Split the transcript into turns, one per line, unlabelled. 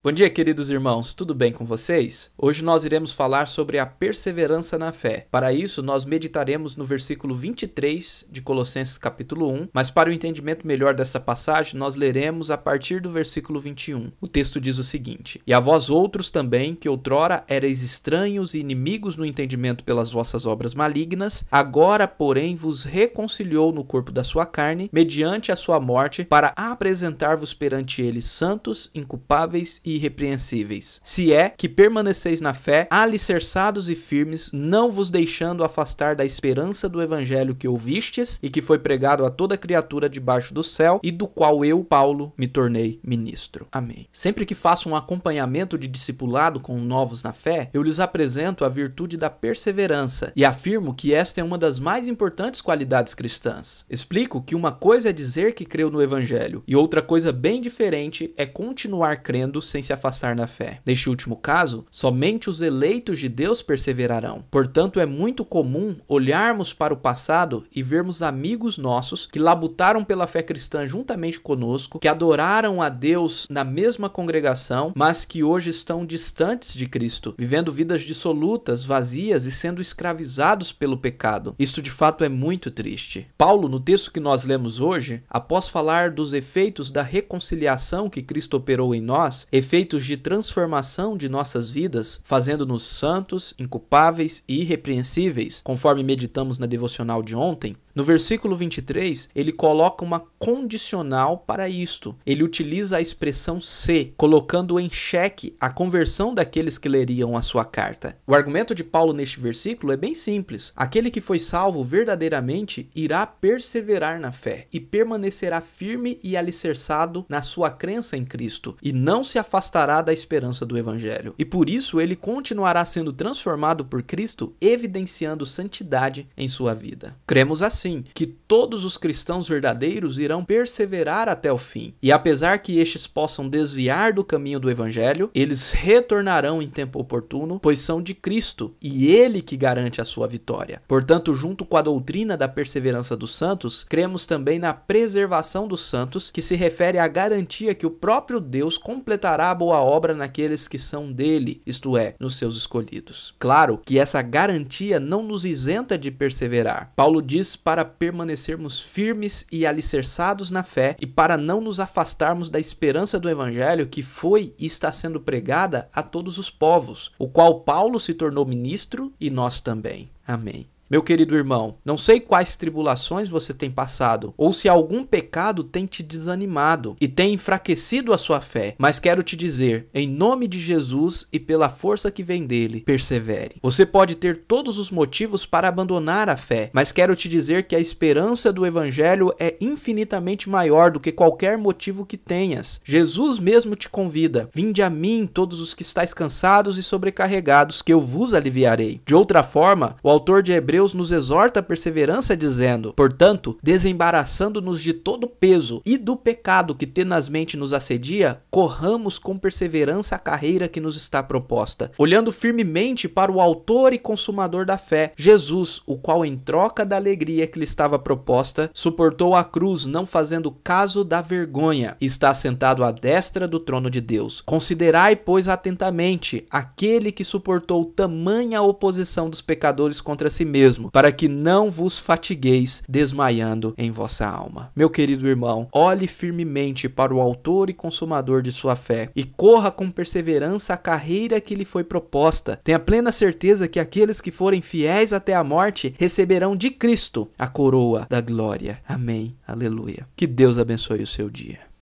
Bom dia, queridos irmãos, tudo bem com vocês? Hoje nós iremos falar sobre a perseverança na fé. Para isso, nós meditaremos no versículo 23 de Colossenses capítulo 1, mas para o entendimento melhor dessa passagem, nós leremos a partir do versículo 21. O texto diz o seguinte: E a vós outros também, que outrora erais estranhos e inimigos no entendimento pelas vossas obras malignas, agora, porém, vos reconciliou no corpo da sua carne, mediante a sua morte, para apresentar-vos perante ele santos, inculpáveis e irrepreensíveis. Se é que permaneceis na fé, alicerçados e firmes, não vos deixando afastar da esperança do evangelho que ouvistes e que foi pregado a toda criatura debaixo do céu e do qual eu, Paulo, me tornei ministro. Amém. Sempre que faço um acompanhamento de discipulado com novos na fé, eu lhes apresento a virtude da perseverança e afirmo que esta é uma das mais importantes qualidades cristãs. Explico que uma coisa é dizer que creu no evangelho e outra coisa bem diferente é continuar crendo sem se afastar na fé. Neste último caso, somente os eleitos de Deus perseverarão. Portanto, é muito comum olharmos para o passado e vermos amigos nossos que labutaram pela fé cristã juntamente conosco, que adoraram a Deus na mesma congregação, mas que hoje estão distantes de Cristo, vivendo vidas dissolutas, vazias e sendo escravizados pelo pecado. Isso de fato é muito triste. Paulo, no texto que nós lemos hoje, após falar dos efeitos da reconciliação que Cristo operou em nós, efeitos de transformação de nossas vidas, fazendo-nos santos, inculpáveis e irrepreensíveis, conforme meditamos na devocional de ontem, no versículo 23, ele coloca uma condicional para isto. Ele utiliza a expressão se, colocando em xeque a conversão daqueles que leriam a sua carta. O argumento de Paulo neste versículo é bem simples. Aquele que foi salvo verdadeiramente irá perseverar na fé e permanecerá firme e alicerçado na sua crença em Cristo e não se afastará da esperança do evangelho. E por isso ele continuará sendo transformado por Cristo, evidenciando santidade em sua vida. Cremos assim que todos os cristãos verdadeiros irão perseverar até o fim. E apesar que estes possam desviar do caminho do evangelho, eles retornarão em tempo oportuno, pois são de Cristo e ele que garante a sua vitória. Portanto, junto com a doutrina da perseverança dos santos, cremos também na preservação dos santos, que se refere à garantia que o próprio Deus completará a boa obra naqueles que são dele, isto é, nos seus escolhidos. Claro que essa garantia não nos isenta de perseverar. Paulo diz para permanecermos firmes e alicerçados na fé e para não nos afastarmos da esperança do evangelho que foi e está sendo pregada a todos os povos, o qual Paulo se tornou ministro e nós também. Amém. Meu querido irmão, não sei quais tribulações você tem passado, ou se algum pecado tem te desanimado e tem enfraquecido a sua fé, mas quero te dizer, em nome de Jesus e pela força que vem dele, persevere. Você pode ter todos os motivos para abandonar a fé, mas quero te dizer que a esperança do evangelho é infinitamente maior do que qualquer motivo que tenhas. Jesus mesmo te convida: vinde a mim todos os que estáis cansados e sobrecarregados, que eu vos aliviarei. De outra forma, o autor de Hebreus nos exorta a perseverança dizendo: portanto, desembaraçando-nos de todo peso e do pecado que tenazmente nos assedia, corramos com perseverança a carreira que nos está proposta, olhando firmemente para o autor e consumador da fé, Jesus, o qual em troca da alegria que lhe estava proposta, suportou a cruz, não fazendo caso da vergonha, e está sentado à destra do trono de Deus. Considerai, pois, atentamente aquele que suportou tamanha oposição dos pecadores contra si mesmo, para que não vos fatigueis desmaiando em vossa alma. Meu querido irmão, olhe firmemente para o autor e consumador de sua fé e corra com perseverança a carreira que lhe foi proposta. Tenha plena certeza que aqueles que forem fiéis até a morte receberão de Cristo a coroa da glória. Amém. Aleluia. Que Deus abençoe o seu dia.